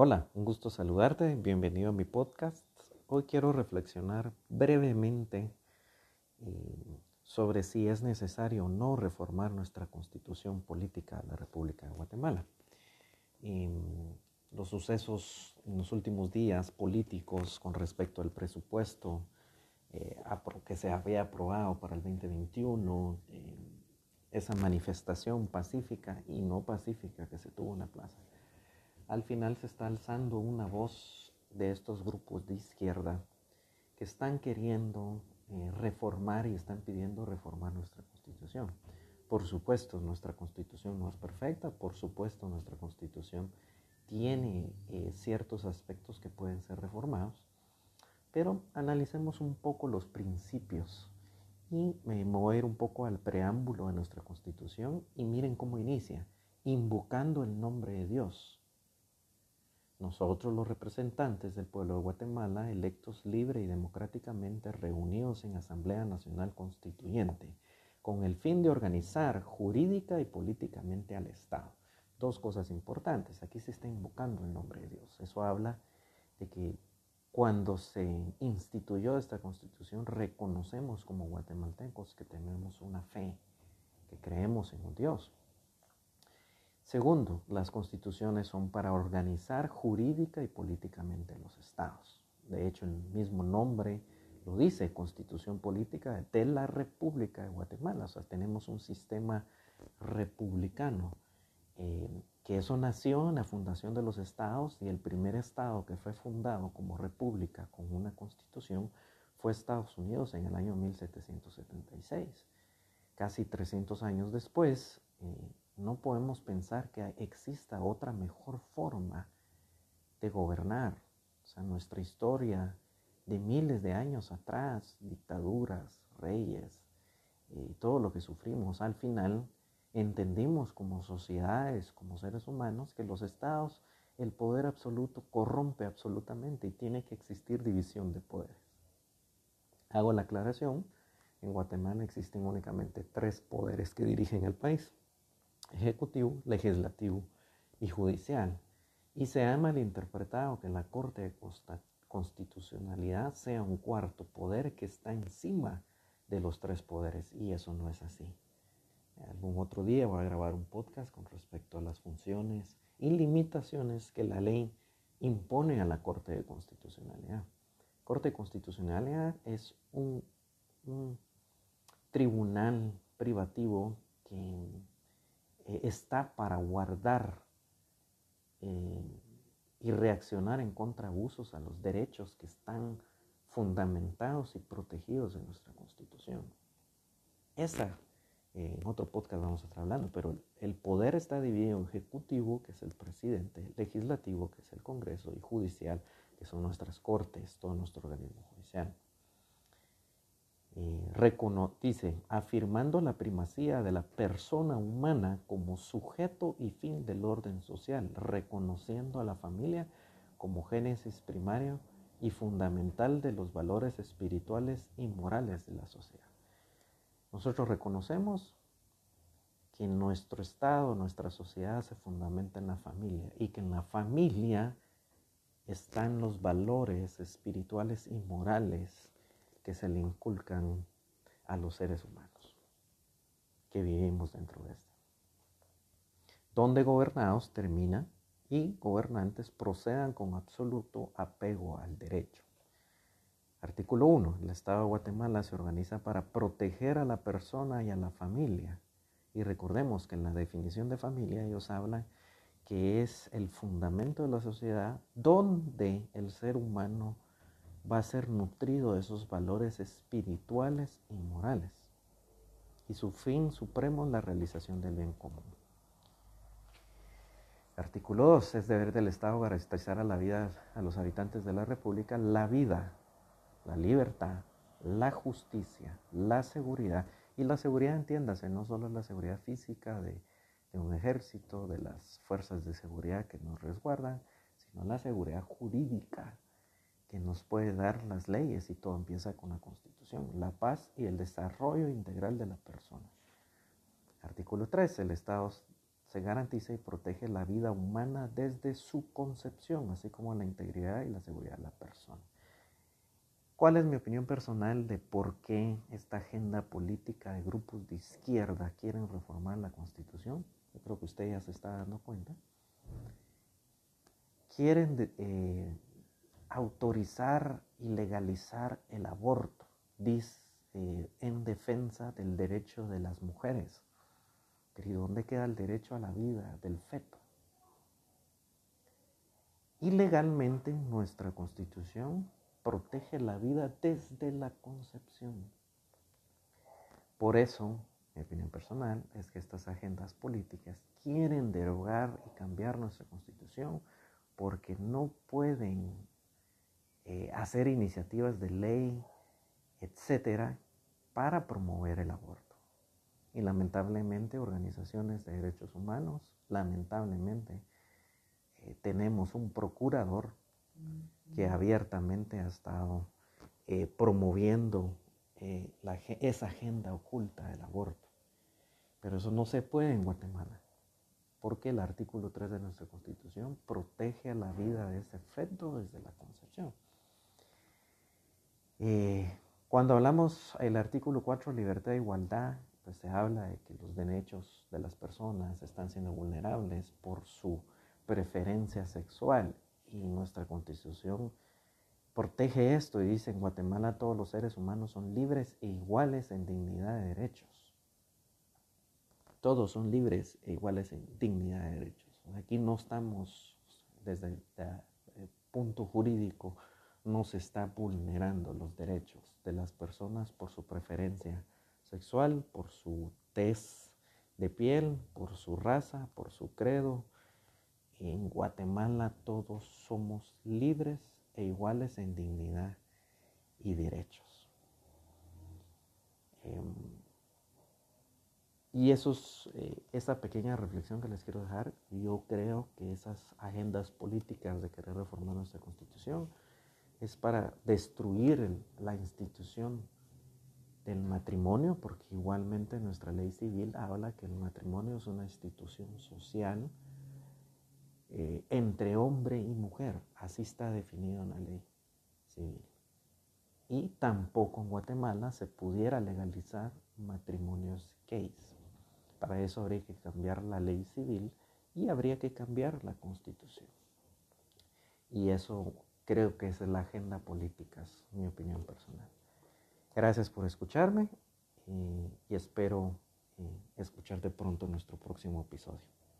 Hola, un gusto saludarte, bienvenido a mi podcast. Hoy quiero reflexionar brevemente sobre si es necesario o no reformar nuestra constitución política de la República de Guatemala. Los sucesos en los últimos días políticos con respecto al presupuesto que se había aprobado para el 2021, esa manifestación pacífica y no pacífica que se tuvo en la plaza. Al final se está alzando una voz de estos grupos de izquierda que están queriendo reformar y están pidiendo reformar nuestra Constitución. Por supuesto, nuestra Constitución no es perfecta, por supuesto, nuestra Constitución tiene ciertos aspectos que pueden ser reformados, pero analicemos un poco los principios y me voy a ir un poco al preámbulo de nuestra Constitución y miren cómo inicia, invocando el nombre de Dios. Nosotros, los representantes del pueblo de Guatemala, electos libre y democráticamente, reunidos en Asamblea Nacional Constituyente, con el fin de organizar jurídica y políticamente al Estado. Dos cosas importantes. Aquí se está invocando el nombre de Dios. Eso habla de que cuando se instituyó esta Constitución, reconocemos como guatemaltecos que tenemos una fe, que creemos en un Dios. Segundo, las constituciones son para organizar jurídica y políticamente los estados. De hecho, el mismo nombre lo dice, Constitución Política de la República de Guatemala. O sea, tenemos un sistema republicano, que eso nació en la fundación de los estados, y el primer estado que fue fundado como república con una constitución fue Estados Unidos en el año 1776. Casi 300 años después, no podemos pensar que exista otra mejor forma de gobernar. O sea, nuestra historia de miles de años atrás, dictaduras, reyes, todo lo que sufrimos, al final entendimos como sociedades, como seres humanos, que los estados, el poder absoluto corrompe absolutamente y tiene que existir división de poderes. Hago la aclaración, en Guatemala existen únicamente 3 poderes que dirigen el país: ejecutivo, legislativo y judicial. Y se ha malinterpretado que la Corte de Constitucionalidad sea un cuarto poder que está encima de los 3 poderes, y eso no es así. Algún otro día voy a grabar un podcast con respecto a las funciones y limitaciones que la ley impone a la Corte de Constitucionalidad. Corte de Constitucionalidad es un tribunal privativo que está para guardar y reaccionar en contra de abusos a los derechos que están fundamentados y protegidos en nuestra Constitución. En otro podcast vamos a estar hablando, pero el poder está dividido en ejecutivo, que es el presidente, legislativo, que es el Congreso, y judicial, que son nuestras cortes, todo nuestro organismo judicial. Dice, afirmando la primacía de la persona humana como sujeto y fin del orden social, reconociendo a la familia como génesis primario y fundamental de los valores espirituales y morales de la sociedad. Nosotros reconocemos que nuestro Estado, nuestra sociedad se fundamenta en la familia, y que en la familia están los valores espirituales y morales que se le inculcan a los seres humanos que vivimos dentro de este. Donde gobernados termina y gobernantes procedan con absoluto apego al derecho. Artículo 1. El Estado de Guatemala se organiza para proteger a la persona y a la familia. Y recordemos que en la definición de familia ellos hablan que es el fundamento de la sociedad, donde el ser humano va a ser nutrido de esos valores espirituales y morales, y su fin supremo es la realización del bien común. Artículo 2. Es deber del Estado garantizar a los habitantes de la República la vida, la libertad, la justicia, la seguridad. Y la seguridad, entiéndase, no solo la seguridad física de un ejército, de las fuerzas de seguridad que nos resguardan, sino la seguridad jurídica que nos puede dar las leyes, y todo empieza con la Constitución, la paz y el desarrollo integral de la persona. Artículo 3. El Estado se garantiza y protege la vida humana desde su concepción, así como la integridad y la seguridad de la persona. ¿Cuál es mi opinión personal de por qué esta agenda política de grupos de izquierda quieren reformar la Constitución? Yo creo que usted ya se está dando cuenta. Quieren autorizar y legalizar el aborto, en defensa del derecho de las mujeres. Querido, ¿dónde queda el derecho a la vida del feto? Y legalmente nuestra Constitución protege la vida desde la concepción. Por eso, mi opinión personal es que estas agendas políticas quieren derogar y cambiar nuestra Constitución porque no pueden hacer iniciativas de ley, etcétera, para promover el aborto. Y lamentablemente organizaciones de derechos humanos, lamentablemente, tenemos un procurador que abiertamente ha estado promoviendo esa agenda oculta del aborto. Pero eso no se puede en Guatemala, porque el artículo 3 de nuestra Constitución protege a la vida de ese feto desde la concepción. Cuando hablamos del artículo 4, libertad e igualdad, pues se habla de que los derechos de las personas están siendo vulnerables por su preferencia sexual, y nuestra Constitución protege esto y dice: en Guatemala todos los seres humanos son libres e iguales en dignidad de derechos. Todos son libres e iguales en dignidad de derechos. Aquí no estamos, desde el punto jurídico, no se está vulnerando los derechos de las personas por su preferencia sexual, por su tez de piel, por su raza, por su credo. En Guatemala todos somos libres e iguales en dignidad y derechos. Y esa pequeña reflexión que les quiero dejar, yo creo que esas agendas políticas de querer reformar nuestra Constitución es para destruir la institución del matrimonio, porque igualmente nuestra ley civil habla que el matrimonio es una institución social entre hombre y mujer. Así está definido en la ley civil. Y tampoco en Guatemala se pudiera legalizar matrimonios gays. Para eso habría que cambiar la ley civil y habría que cambiar la Constitución. Y eso creo que es la agenda política, es mi opinión personal. Gracias por escucharme y espero escucharte pronto en nuestro próximo episodio.